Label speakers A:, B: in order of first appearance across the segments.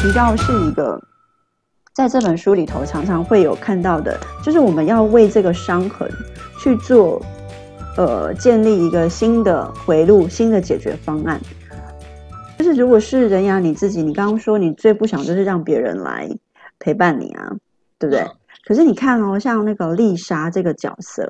A: 提到是一个，在这本书里头常常会有看到的，就是我们要为这个伤痕去做建立一个新的回路、新的解决方案。就是如果是人雅你自己，你刚刚说你最不想就是让别人来陪伴你啊，对不对？可是你看哦，像那个丽莎这个角色，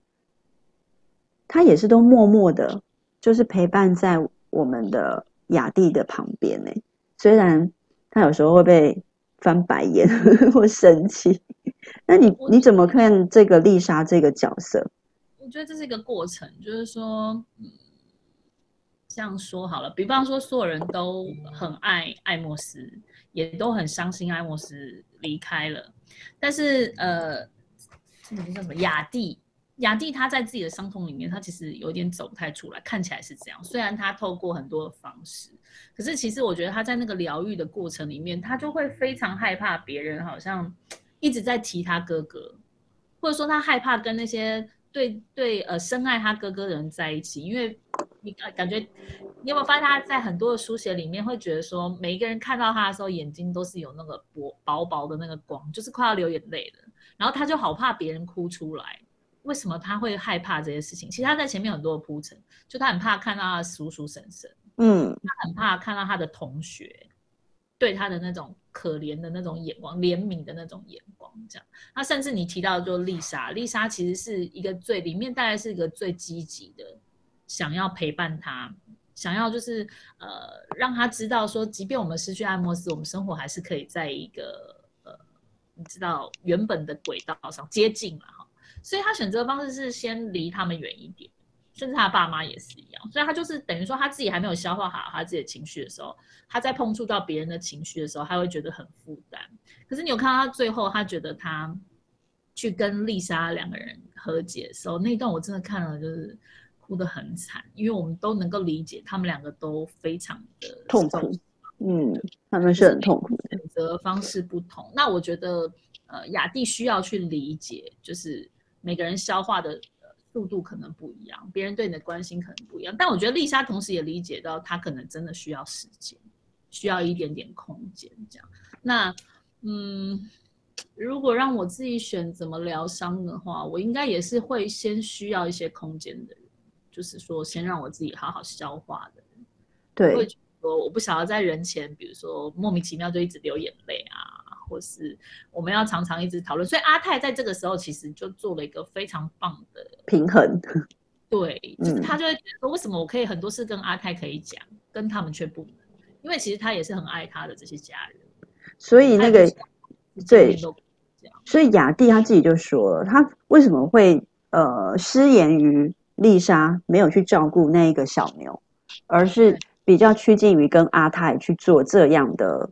A: 她也是都默默的，就是陪伴在我们的雅蒂的旁边呢。虽然她有时候会被翻白眼或生气，那你怎么看这个丽莎这个角色？
B: 我觉得这是一个过程，就是说，这样说好了，比方说所有人都很爱艾莫斯，也都很伤心艾莫斯离开了，但是那个叫什么雅蒂他在自己的伤痛里面，他其实有点走不太出来，看起来是这样。虽然他透过很多的方式，可是其实我觉得他在那个疗愈的过程里面，他就会非常害怕别人好像一直在提他哥哥，或者说他害怕跟那些深爱他哥哥的人在一起，因为你感觉你有没有发现他在很多的书写里面会觉得说，每一个人看到他的时候，眼睛都是有那个薄薄的那个光，就是快要流眼泪了。然后他就好怕别人哭出来。为什么他会害怕这些事情？其实他在前面很多的铺陈，就他很怕看到他的叔叔婶婶，他很怕看到他的同学对他的那种可怜的那种眼光，怜悯的那种眼光，这样。那甚至你提到就丽莎，丽莎其实是一个里面大概是一个最积极的，想要陪伴他，想要就是让他知道说，即便我们失去爱莫斯，我们生活还是可以在一个你知道原本的轨道上接近了哈。所以他选择的方式是先离他们远一点，甚至他爸妈也是一样。所以他就是等于说他自己还没有消化好他自己的情绪的时候，他在碰触到别人的情绪的时候，他会觉得很负担。可是你有看到他最后，他觉得他去跟丽莎两个人和解的时候，那一段我真的看了就是哭得很惨，因为我们都能够理解他们两个都非常的
A: 痛苦，他们是很痛苦的，
B: 选择方式不同。那我觉得雅蒂需要去理解，就是每个人消化的速度可能不一样，别人对你的关心可能不一样。但我觉得丽莎同时也理解到，她可能真的需要时间，需要一点点空间，这样。那如果让我自己选怎么疗伤的话，我应该也是会先需要一些空间的人，就是说先让我自己好好消化的人。我会
A: 对。
B: 觉得说，我不想要在人前，比如说莫名其妙就一直流眼泪啊，或是我们要常常一直讨论。所以阿泰在这个时候其实就做了一个非常棒的
A: 平衡，
B: 对，就是他就会觉得说，为什么我可以很多事跟阿泰可以讲，跟他们却不能？因为其实他也是很爱他的这些家人，
A: 所以那个对，
B: 见面都这样。
A: 所以雅蒂他自己就说了，他为什么会失言于丽莎，没有去照顾那一个小牛，而是比较趋近于跟阿泰去做这样的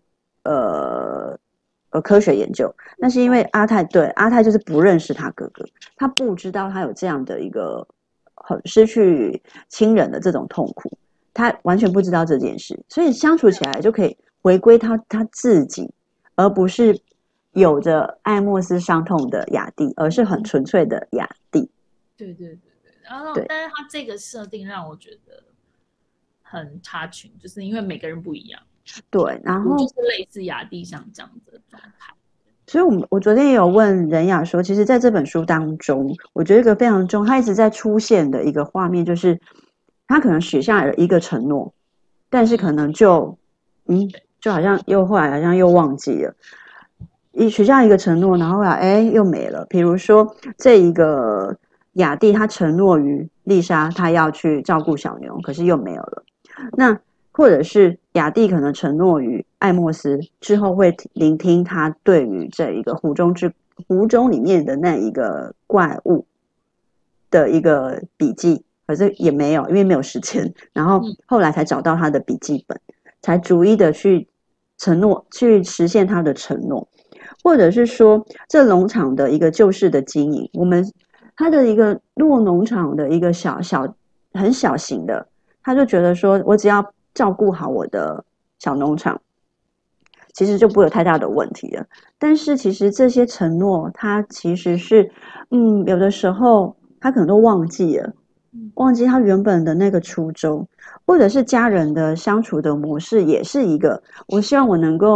A: 科学研究。那是因为阿泰就是不认识他哥哥，他不知道他有这样的一个很失去亲人的这种痛苦，他完全不知道这件事，所以相处起来就可以回归他自己，而不是有着爱莫斯伤痛的雅蒂，而是很纯粹的雅蒂。
B: 对对对对，然后
A: 对
B: 但是他这个设定让我觉得很 touching，就是因为每个人不一样，
A: 对，然后
B: 我就是类似雅蒂像这样子的状态。
A: 所以我昨天也有问任雅说，其实在这本书当中，我觉得一个非常重，他一直在出现的一个画面，就是他可能许下了一个承诺，但是可能就好像后来好像又忘记了，许下一个承诺，然后后来又没了。比如说这一个雅蒂，他承诺于丽莎，他要去照顾小牛，可是又没有了。那或者是雅蒂可能承诺于爱莫斯之后会聆听他对于这一个湖中里面的那一个怪物的一个笔记，可是也没有，因为没有时间。然后后来才找到他的笔记本，才逐一的去承诺，去实现他的承诺，或者是说这农场的一个旧式的经营，他的一个落农场的一个很小型的。他就觉得说，我只要照顾好我的小农场，其实就不会有太大的问题了。但是其实这些承诺，他其实是，有的时候他可能都忘记了，忘记他原本的那个初衷，或者是家人的相处的模式，也是一个。我希望我能够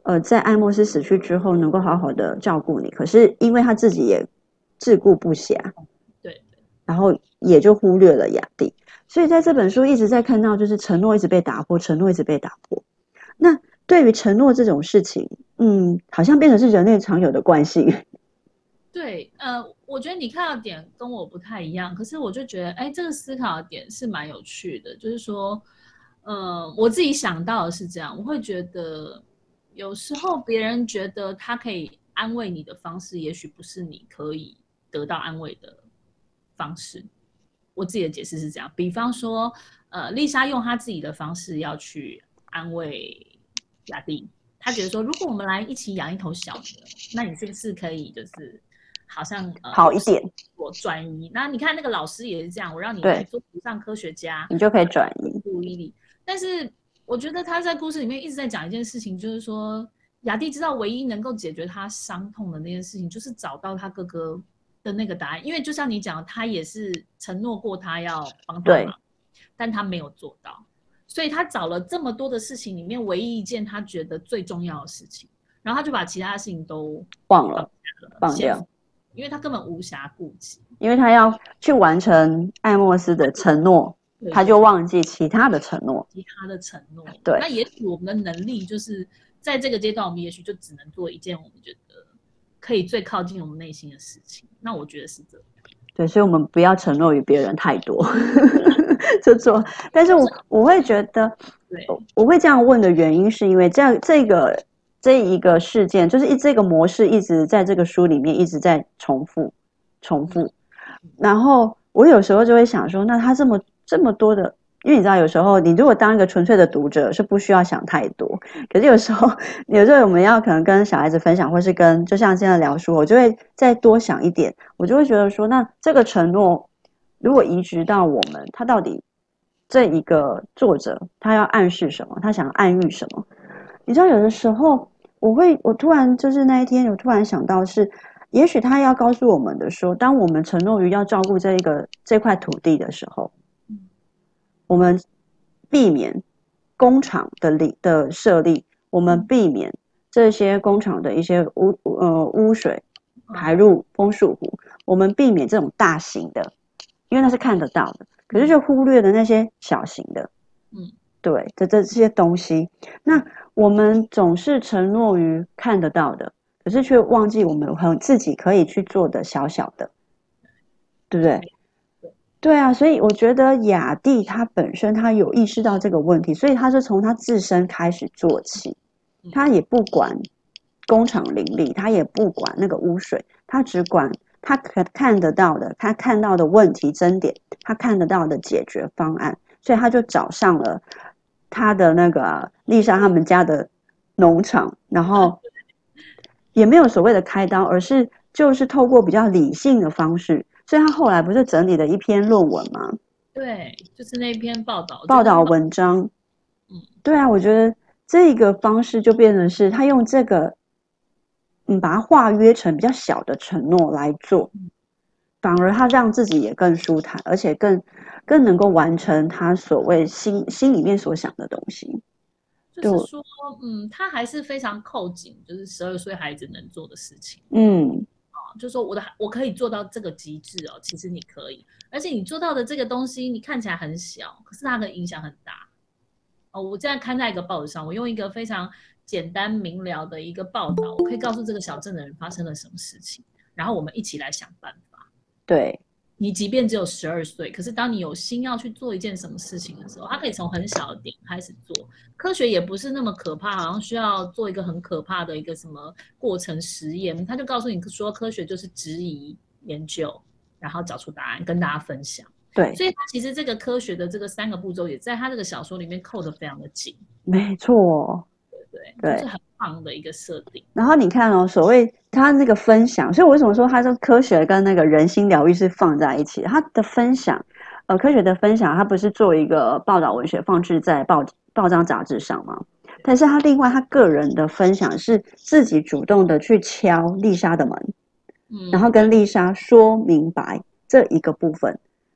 A: 在爱默斯死去之后能够好好的照顾你，可是因为他自己也自顾不暇，
B: 对，
A: 然后也就忽略了雅蒂。所以在这本书一直在看到，就是承诺一直被打破，承诺一直被打破。那对于承诺这种事情，好像变成是人类常有的惯性。
B: 对，我觉得你看到点跟我不太一样，可是我就觉得，哎，这个思考的点是蛮有趣的，就是说，我自己想到的是这样，我会觉得有时候别人觉得他可以安慰你的方式，也许不是你可以得到安慰的方式。我自己的解释是这样，比方说，丽莎用她自己的方式要去安慰雅蒂，她觉得说，如果我们来一起养一头小牛，那你是不是可以就是好像
A: 好一点，
B: 我转移？那你看那个老师也是这样，我让你来做不上科学家，
A: 你就可以转移
B: 注意力。但是我觉得他在故事里面一直在讲一件事情，就是说雅蒂知道唯一能够解决他伤痛的那件事情，就是找到他哥哥的那个答案。因为就像你讲，他也是承诺过他要帮他忙，但他没有做到，所以他找了这么多的事情里面，唯一一件他觉得最重要的事情，然后他就把其他的事情都
A: 忘掉，
B: 因为他根本无暇顾及，
A: 因为他要去完成爱默斯的承诺，他就忘记其他的承诺。
B: 对，那也许我们的能力就是在这个阶段，我们也许就只能做一件我们觉得可以最靠近我们内心的事情。那我觉得是这样。
A: 对，所以我们不要承诺于别人太多，就做。但是我会觉得，我会这样问的原因，是因为这一个事件，就是这个模式一直在这个书里面一直在重复。然后我有时候就会想说，那他这么多的，因为你知道，有时候你如果当一个纯粹的读者是不需要想太多，可是有时候我们要可能跟小孩子分享，或是就像现在聊书，我就会再多想一点，我就会觉得说，那这个承诺如果移植到我们，他到底这一个作者他要暗示什么，他想暗喻什么？你知道，有的时候我突然就是那一天，我突然想到是。也许他要告诉我们的说，当我们承诺于要照顾这块土地的时候，我们避免工厂的设立，我们避免这些工厂的一些污水排入枫树湖，我们避免这种大型的，因为那是看得到的，可是就忽略了那些小型的，对，这些东西，那我们总是承诺于看得到的。可是却忘记我们自己可以去做的小小的，对不对？对啊，所以我觉得雅蒂他本身他有意识到这个问题，所以他是从他自身开始做起，他也不管工厂林立，他也不管那个污水，他只管他看得到的，他看到的问题争点，他看得到的解决方案，所以他就找上了他的那个丽莎他们家的农场，然后。也没有所谓的开刀，而是就是透过比较理性的方式，所以他后来不是整理了一篇论文吗？
B: 对，就是那篇报
A: 道文章。对啊，我觉得这个方式就变成是他用这个，把它化约成比较小的承诺来做，反而他让自己也更舒坦，而且更能够完成他所谓心里面所想的东西。
B: 就是说，他还是非常扣紧，就是12岁孩子能做的事情。就是说我可以做到这个极致哦，其实你可以，而且你做到的这个东西，你看起来很小，可是它的影响很大。我现在看在一个报纸上，我用一个非常简单明了的一个报道，我可以告诉这个小镇的人发生了什么事情，然后我们一起来想办法。
A: 对。
B: 你即便只有12岁，可是当你有心要去做一件什么事情的时候，他可以从很小的点开始做。科学也不是那么可怕，好像需要做一个很可怕的一个什么过程实验，他就告诉你说，科学就是质疑、研究，然后找出答案跟大家分享。
A: 对，
B: 所以他其实这个科学的这个3个步骤，也在他这个小说里面扣得非常的紧。
A: 没错。
B: 对，就是很棒的一个设定。
A: 然后你看哦，所谓他那个分享，所以我为什么说他说科学跟那个人心疗愈是放在一起？他的分享，科学的分享，他不是做一个报道文学放置在报章杂志上吗？但是他另外他个人的分享是自己主动的去敲丽莎的门，然后跟丽莎说明白这一个部分。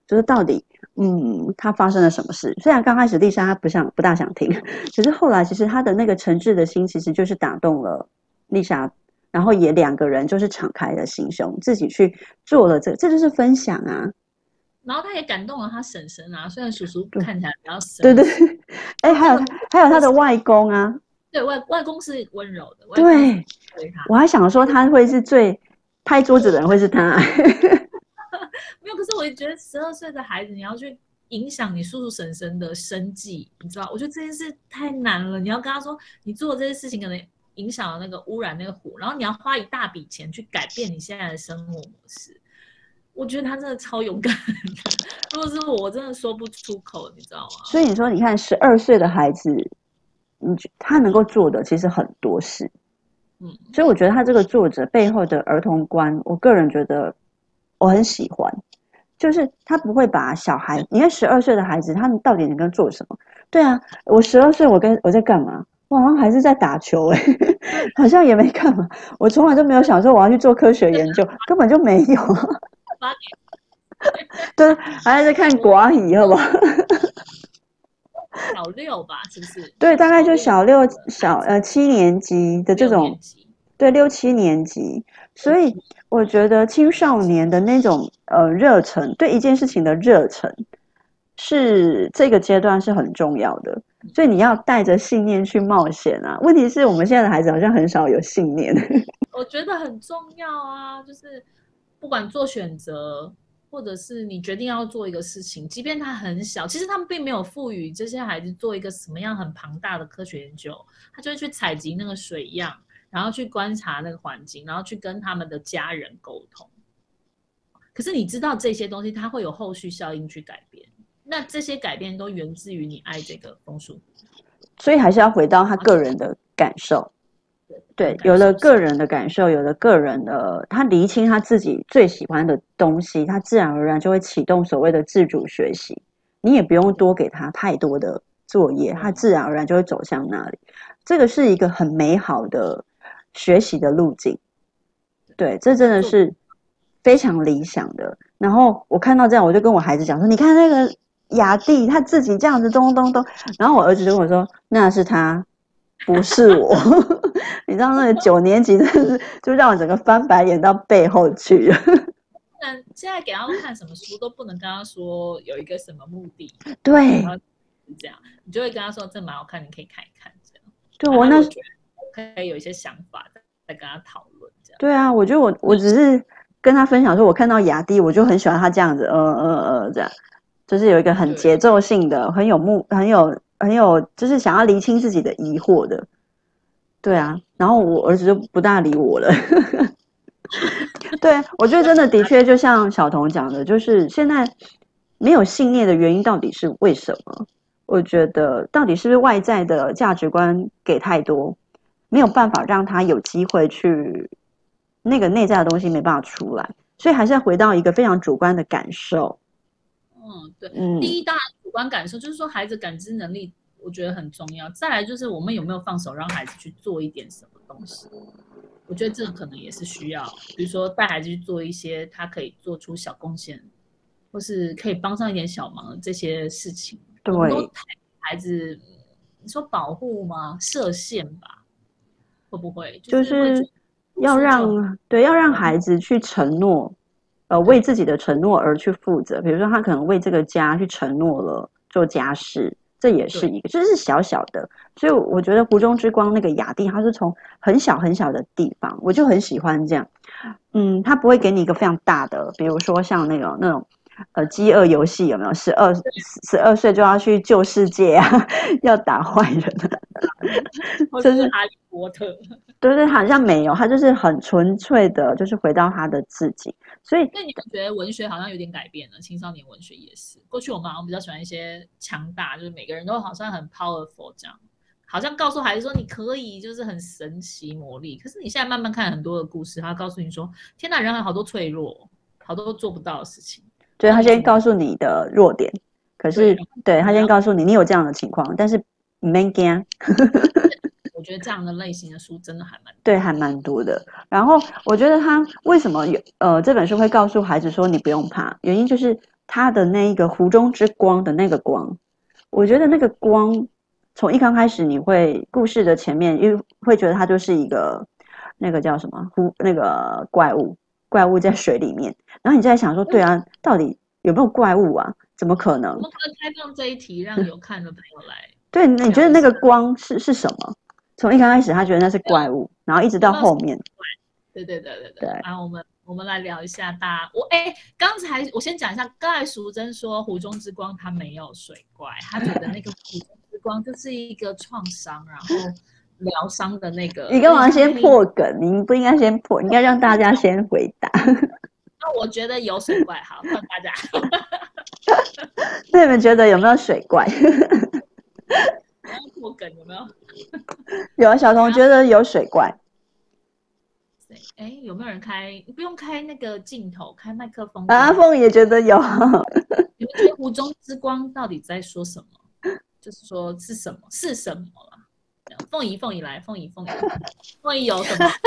A: 就是到底他发生了什么事。虽然刚开始丽莎她不大想听，可是后来其实她的那个诚挚的心其实就是打动了丽莎，然后也两个人就是敞开了心胸，自己去做了这就是分享啊。
B: 然后他也感动了他婶婶啊，虽然叔叔看起来比较生
A: 对对，
B: 气，
A: 哎，还有他的外公啊，
B: 对外公是温柔的，外公是
A: 对，
B: 对他
A: 我还想说他会是最拍桌子的人会是他。
B: 没有。可是我也觉得12岁的孩子，你要去影响你叔叔婶婶的生计，你知道？我觉得这件事太难了。你要跟他说，你做这些事情可能影响了那个污染那个湖，然后你要花一大笔钱去改变你现在的生活模式。我觉得他真的超勇敢的，如果是我真的说不出口，你知道吗？
A: 所以你说，你看12岁的孩子，他能够做的其实很多事。所以我觉得他这个作者背后的儿童观，我个人觉得我很喜欢。就是他不会把小孩，你看12岁的孩子，他们到底能够做什么？对啊，我12岁，我在干嘛？我好像还是在打球好像也没干嘛。我从来都没有想说我要去做科学研究，根本就没有。对，还在看寡语，好不好？
B: 小6吧，是不是？
A: 对，大概就小六、
B: 6
A: 7年级的这种，
B: 年级，
A: 对6、7年级，所以我觉得青少年的那种热忱，对一件事情的热忱，是这个阶段是很重要的。所以你要带着信念去冒险啊！问题是我们现在的孩子好像很少有信念。
B: 我觉得很重要啊，就是不管做选择，或者是你决定要做一个事情，即便他很小，其实他们并没有赋予这些孩子做一个什么样很庞大的科学研究，他就会去采集那个水样，然后去观察那个环境，然后去跟他们的家人沟通。可是你知道这些东西，它会有后续效应去改变，那这些改变都源自于你爱这个枫树，
A: 所以还是要回到他个人的感受。对，有了个人的感受，有了个人的，他厘清他自己最喜欢的东西，他自然而然就会启动所谓的自主学习。你也不用多给他太多的作业，他自然而然就会走向那里。这个是一个很美好的学习的路径。对，这真的是非常理想的。然后我看到这样，我就跟我孩子讲说：“你看那个雅蒂，他自己这样子咚咚咚。”然后我儿子就跟我说：“那是他，不是我。”你知道那个9年级真的是就让我整个翻白眼到背后去了。
B: 现在给他们看什么书都不能跟他说有一个什么目的，
A: 对，
B: 这样你就会跟他说这蛮好看，你可以看一看这样。
A: 对我那
B: 觉得可以有一些想法再跟他讨论这样。
A: 对啊，我觉得我只是跟他分享说，我看到雅蒂，我就很喜欢他这样子，这样，就是有一个很节奏性的，很有，就是想要厘清自己的疑惑的。对啊，然后我儿子就不大理我了。对，我觉得真的确就像小童讲的，就是现在没有信念的原因到底是为什么？我觉得到底是不是外在的价值观给太多，没有办法让他有机会去那个内在的东西没办法出来，所以还是要回到一个非常主观的感受。
B: 对，第一当然主观感受就是说孩子感知能力，我觉得很重要。再来就是我们有没有放手让孩子去做一点什么东西。我觉得这个可能也是需要，比如说带孩子去做一些他可以做出小贡献，或是可以帮上一点小忙的这些事情。
A: 对，
B: 我们都孩子，你说保护吗？设限吧，会不会？
A: 就是要让孩子去承诺，为自己的承诺而去负责。比如说，他可能为这个家去承诺了做家事，这也是一个，就是小小的。所以我觉得《湖中之光》那个雅蒂，他是从很小很小的地方，我就很喜欢这样。他不会给你一个非常大的，比如说像那种饥饿游戏有没有？12岁就要去救世界啊，要打坏人，
B: 这是哈利波特。
A: 对，好像没有，他就是很纯粹的，就是回到他的自己。所以，
B: 那你觉得文学好像有点改变了？青少年文学也是。过去我们好像比较喜欢一些强大，就是每个人都好像很 powerful 这样，好像告诉孩子说你可以，就是很神奇魔力。可是你现在慢慢看很多的故事，他告诉你说，天哪，人还好多脆弱，好多做不到的事情。
A: 对，他先告诉你的弱点，可是对他先告诉你有这样的情况，但是没惊。
B: 我觉得这样的类型的书真的
A: 还蛮多的。然后我觉得他为什么这本书会告诉孩子说你不用怕，原因就是他的那一个湖中之光的那个光，我觉得那个光从一刚开始，你会故事的前面，因为会觉得它就是一个那个叫什么那个怪物在水里面，然后你就在想说，对啊，到底有没有怪物啊？怎么可能？
B: 我们可能开放这一题，让有看的朋友来。
A: 对，你觉得那个光是什么？从一刚开始，他觉得那是怪物，然后一直到后面。
B: 对。然后我们来聊一下刚才我先讲一下，刚才淑珍说湖中之光它没有水怪，他觉得那个湖中之光就是一个创伤，然后疗伤的那个。
A: 你干嘛先破梗？你不应该先破，你应该让大家先回答。
B: 那我觉得有水怪，好，换大家。
A: 那你们觉得有没有水怪？
B: 破梗有没有？
A: 有啊，小童觉得有水怪。
B: 有没有人开？不用开那个镜头，开麦克风。
A: 阿凤也觉得有。
B: 你们觉得湖中之光到底在说什么？就是说是什么？是什么啦？凤仪来，凤仪有什么？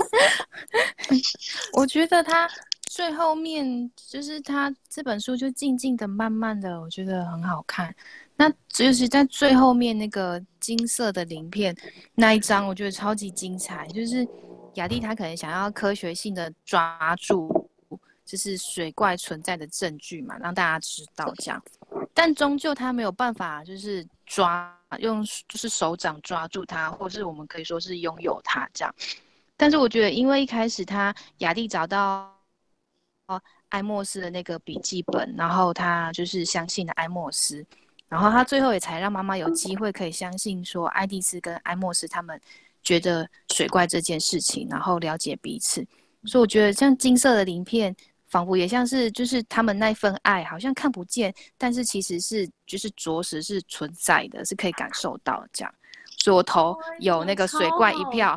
C: 我觉得他最后面就是他这本书就静静的、慢慢的，我觉得很好看。那就是在最后面那个金色的鳞片那一章，我觉得超级精彩。就是雅蒂他可能想要科学性的抓住，就是水怪存在的证据嘛，让大家知道这样。但终究他没有办法，就是用就是手掌抓住它，或是我们可以说是拥有它这样。但是我觉得，因为一开始雅蒂找到艾莫斯的那个笔记本，然后他就是相信了艾莫斯，然后他最后也才让妈妈有机会可以相信说爱丽丝跟艾莫斯他们觉得水怪这件事情，然后了解彼此。所以我觉得像金色的鳞片仿佛也像是就是他们那份爱好像看不见，但是其实是就是着实是存在的，是可以感受到这样。所以我投有那个水怪一票。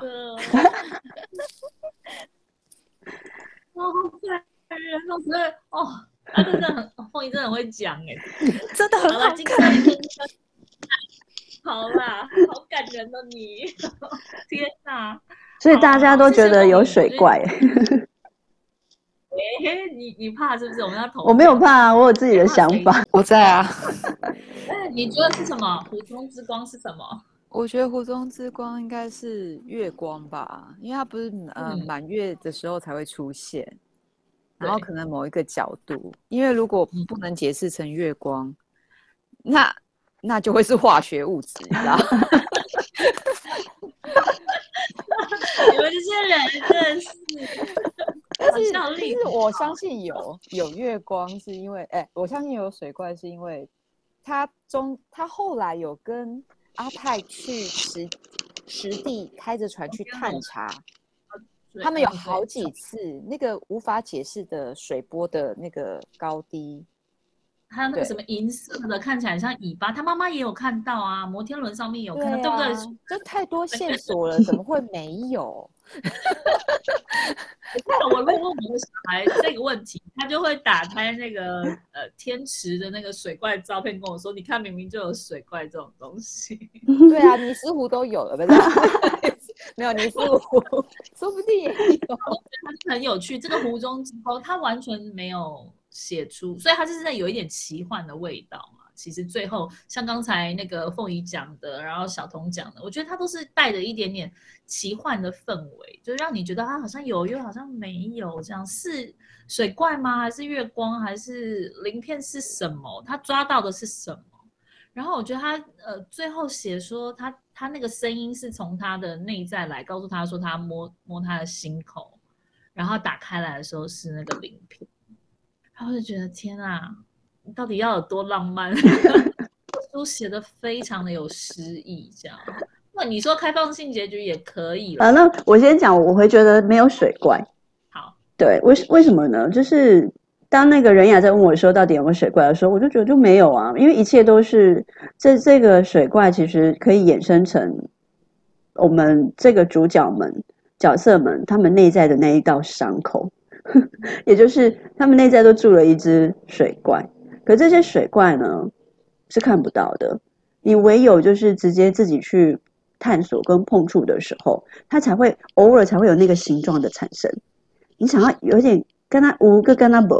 B: 好感人哦！所以他真的很凤仪真的很会讲
C: 真的很好看。
B: 好啦，好感人哦你！天哪！
A: 所以大家都觉得有水怪。
B: 你怕是不是？我们要投？
A: 我没有怕啊，我有自己的想法。
C: 我在啊。
B: 你觉得是什么？湖中之光是什么？
D: 我觉得湖中之光应该是月光吧，因为它不是满月的时候才会出现，然后可能某一个角度，因为如果不能解释成月光，那就会是化学物质，你知道？
B: 你们这些人真的是。
D: 但是我相信有月光，是因为我相信有水怪，是因为他后来有跟阿泰去实地开着船去探查，他们有好几次那个无法解释的水波的那个高低，
B: 还有那个什么银色的，看起来像尾巴，他妈妈也有看到啊，摩天轮上面有看到， 对不对？
D: 这太多线索了，怎么会没有？
B: 我如果问我的小孩这个问题，他就会打开那个天池的那个水怪照片跟我说：“你看，明明就有水怪这种东西。”
D: 对啊，尼斯湖都有了，不是？没有尼斯湖，说不定也有。
B: 它很有趣，这个湖中之光，它完全没有写出，所以它就是在有一点奇幻的味道嘛。其实最后像刚才那个凤仪讲的，然后小童讲的，我觉得它都是带着一点点奇幻的氛围，就让你觉得它好像有又好像没有，这样是水怪吗？还是月光？还是鳞片是什么？他抓到的是什么？然后我觉得他最后写说他那个声音是从他的内在来告诉他说他摸他的心口，然后打开来的时候是那个鳞片，然后就觉得天啊，到底要有多浪漫？书写的非常的有诗意，这样。那你说开放性结局也可以了。
A: 那我先讲，我会觉得没有水怪。
B: 好，
A: 对，为什么呢？就是当那个人雅在问我说到底有没有水怪的时候，我就觉得就没有啊，因为一切都是这个水怪其实可以衍生成我们这个角色们他们内在的那一道伤口，也就是他们内在都住了一只水怪，可这些水怪呢是看不到的，你唯有就是直接自己去探索跟碰触的时候，它才会偶尔才会有那个形状的产生。你想要有点跟它无跟它无，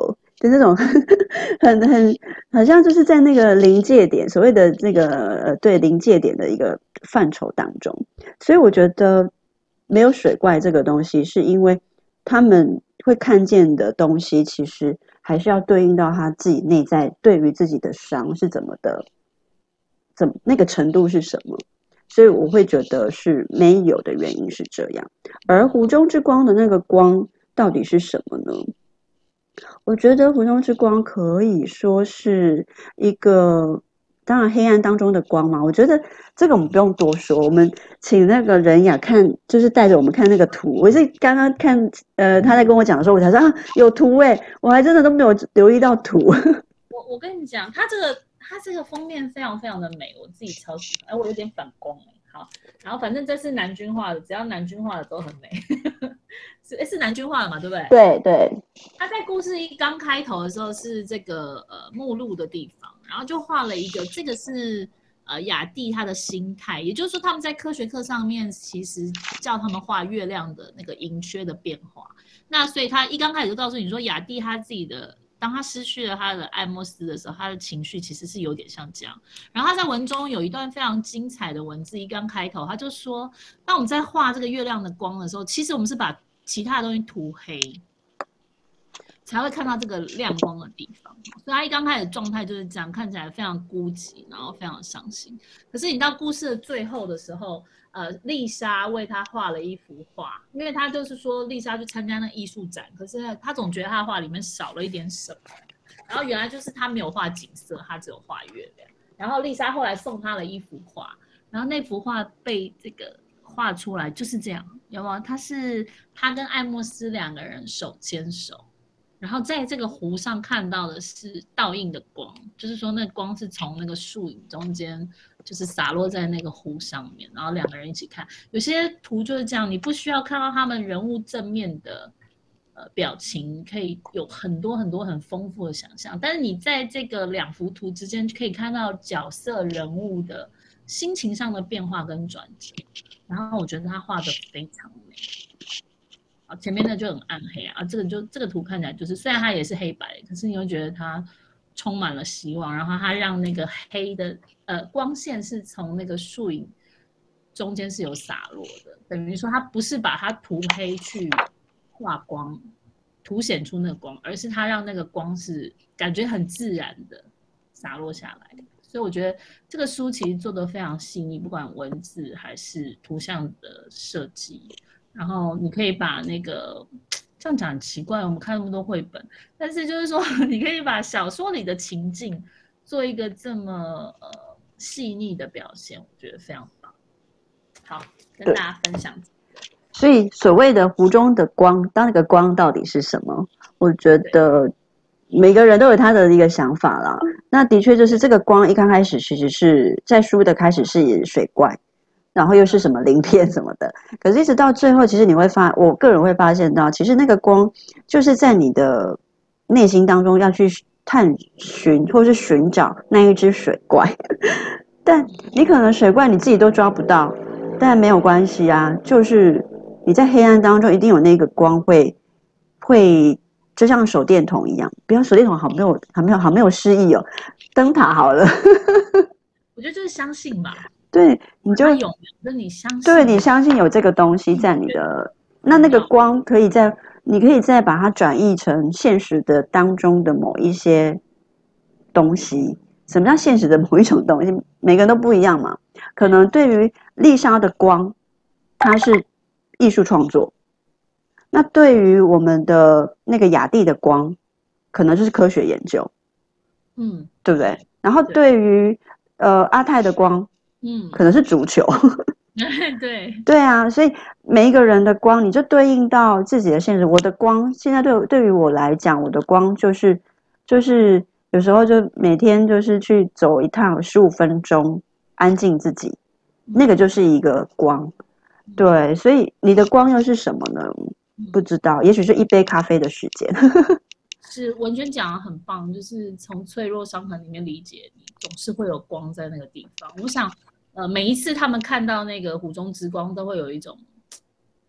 A: 的那种很好像就是在那个临界点，所谓的那个对临界点的一个范畴当中，所以我觉得没有水怪这个东西，是因为他们会看见的东西，其实还是要对应到他自己内在对于自己的伤是怎么的，那个程度是什么。所以我会觉得是没有的原因是这样，而湖中之光的那个光到底是什么呢？我觉得湖中之光可以说是一个，当然黑暗当中的光嘛。我觉得这个我们不用多说，我们请那个仁雅看，就是带着我们看那个图。我是刚刚看，他在跟我讲的时候，我才说啊，有图哎，我还真的都没有留意到图。
B: 我跟你讲，它这个封面非常非常的美，我自己超喜欢。我有点反光好，然后反正这是南军画的，只要南军画的都很美。是南军画的嘛，对不对？
A: 对对。
B: 他在故事一刚开头的时候是这个目录的地方，然后就画了一个，这个是雅蒂他的心态，也就是说他们在科学课上面其实叫他们画月亮的那个盈缺的变化。那所以他一刚开始就告诉你说，雅蒂他自己的。当他失去了他的爱莫斯的时候，他的情绪其实是有点像这样。然后他在文中有一段非常精彩的文字，一刚开头他就说，当我们在画这个月亮的光的时候，其实我们是把其他的东西涂黑，才会看到这个亮光的地方。所以他一刚开始状态就是这样，看起来非常孤寂，然后非常伤心。可是你到故事的最后的时候，丽莎为他画了一幅画，因为他就是说丽莎去参加那个艺术展，可是他总觉得他的画里面少了一点什么，然后原来就是他没有画景色，他只有画月亮。然后丽莎后来送他了一幅画，然后那幅画被这个画出来就是这样，有没有？他跟爱莫斯两个人手牵手。然后在这个湖上看到的是倒映的光，就是说那光是从那个树影中间就是洒落在那个湖上面，然后两个人一起看。有些图就是这样，你不需要看到他们人物正面的表情，可以有很多很多很丰富的想象，但是你在这个两幅图之间可以看到角色人物的心情上的变化跟转折，然后我觉得他画的非常美。前面的就很暗黑啊，这个图看起来就是虽然它也是黑白，可是你会觉得它充满了希望，然后它让那个黑的光线是从那个树影中间是有洒落的，等于说它不是把它涂黑去画光，凸显出那个光，而是它让那个光是感觉很自然的洒落下来。所以我觉得这个书其实做得非常细腻，不管文字还是图像的设计。然后你可以把那个这样讲很奇怪，我们看那么多绘本，但是就是说你可以把小说里的情境做一个这么细腻的表现，我觉得非常棒。好，跟大家分享。
A: 所以所谓的湖中的光，当那个光到底是什么？我觉得每个人都有他的一个想法啦。那的确就是这个光一刚开始其实是在书的开始是水怪。然后又是什么鳞片什么的，可是一直到最后，其实你会我个人会发现到，其实那个光就是在你的内心当中要去探寻或是寻找那一只水怪，但你可能水怪你自己都抓不到，但没有关系啊，就是你在黑暗当中一定有那个光会就像手电筒一样，不要手电筒好没有诗意哦，灯塔好了。
B: 我觉得就是相信吧。
A: 对，你就
B: 有你相信，
A: 对你相信有这个东西在你的，那个光你可以再把它转译成现实的当中的某一些东西。什么叫现实的某一种东西？每个人都不一样嘛。可能对于丽莎的光，它是艺术创作；那对于我们的那个雅蒂的光，可能就是科学研究。对不对？然后对于阿泰的光。可能是足球。对啊，所以每一个人的光，你就对应到自己的现实。我的光现在对于我来讲，我的光就是有时候就每天就是去走一趟15分钟，安静自己，那个就是一个光。对，所以你的光又是什么呢？不知道，也许是一杯咖啡的时间。
B: 是文娟讲的很棒，就是从脆弱伤痕里面理解你，总是会有光在那个地方。我想每一次他们看到那个湖中之光，都会有一种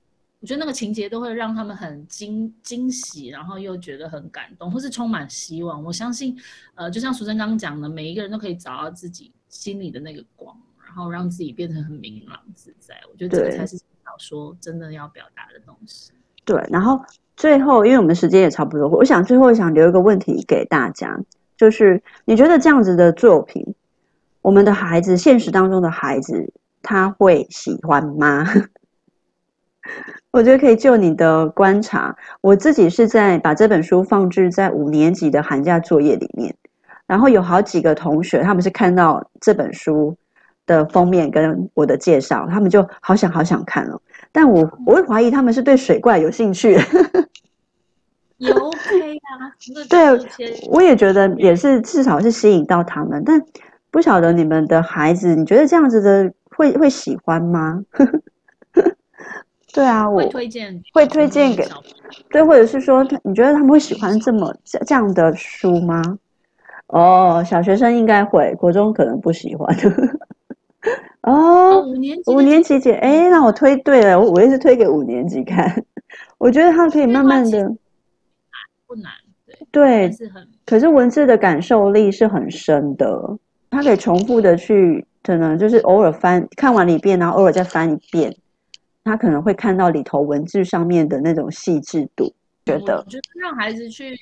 B: 我觉得那个情节都会让他们很惊喜，然后又觉得很感动，或是充满希望。我相信，就像淑珍刚刚讲的，每一个人都可以找到自己心里的那个光，然后让自己变得很明朗自在。我觉得这个才是小说真的要表达的东西。
A: 对，然后最后，因为我们时间也差不多，我想最后想留一个问题给大家，就是你觉得这样子的作品，我们的孩子，现实当中的孩子，他会喜欢吗？我觉得可以就你的观察，我自己是在把这本书放置在5年级的寒假作业里面，然后有好几个同学，他们是看到这本书的封面跟我的介绍，他们就好想看哦。但我会怀疑他们是对水怪有兴趣。
B: 也 OK 啊，
A: 对，我也觉得也是，至少是吸引到他们。但不晓得你们的孩子，你觉得这样子的会喜欢吗？对啊，我
B: 会推荐
A: 给，对，或者是说，你觉得他们会喜欢这样的书吗？哦，小学生应该会，国中可能不喜欢。哦，5年级姐，哎，那我推对了，我也是推给5年级看。我觉得他可以慢慢的，
B: 不难，
A: 对，可是文字的感受力是很深的，他可以重复的去，可能就是偶尔看完了一遍，然后偶尔再翻一遍。他可能会看到里头文字上面的那种细致度，
B: 我觉得让孩子去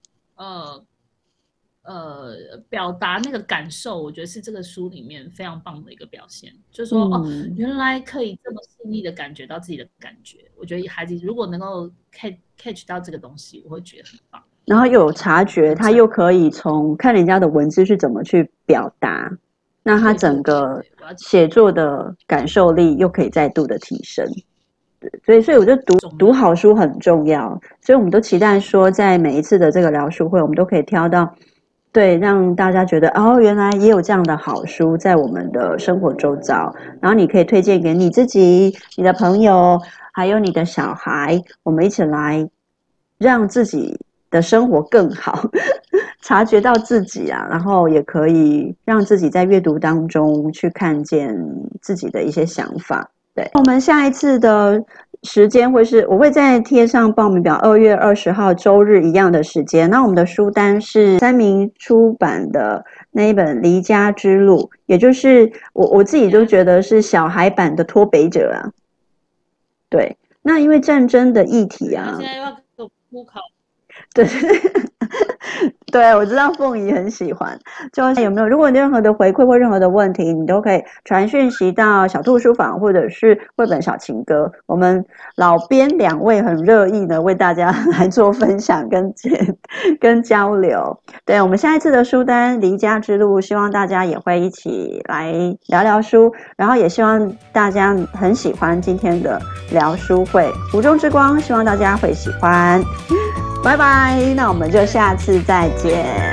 B: 表达那个感受，我觉得是这个书里面非常棒的一个表现。就是说，原来可以这么细腻的感觉到自己的感觉。我觉得孩子如果能够 catch 到这个东西，我会觉得很棒。
A: 然后又有察觉，他又可以从看人家的文字是怎么去表达。那他整个写作的感受力又可以再度的提升，所以我觉得读好书很重要，所以我们都期待说，在每一次的这个聊书会，我们都可以挑到，对，让大家觉得哦，原来也有这样的好书在我们的生活周遭，然后你可以推荐给你自己、你的朋友，还有你的小孩，我们一起来让自己的生活更好。察觉到自己啊，然后也可以让自己在阅读当中去看见自己的一些想法。对，我们下一次的时间我会再贴上报名表，2月20号周日一样的时间。那我们的书单是三民出版的那一本《离家之路》，也就是我自己都觉得是小孩版的脱北者啊。对，那因为战争的议题啊，
B: 现在要思考。
A: 对。对，我知道凤仪很喜欢，就是有没有，如果任何的回馈或任何的问题，你都可以传讯息到小兔书房或者是绘本小情歌，我们老编2位很热意的为大家来做分享跟交流。对，我们下一次的书单离家之路，希望大家也会一起来聊聊书，然后也希望大家很喜欢今天的聊书会湖中之光，希望大家会喜欢。拜拜，那我们就下次再见。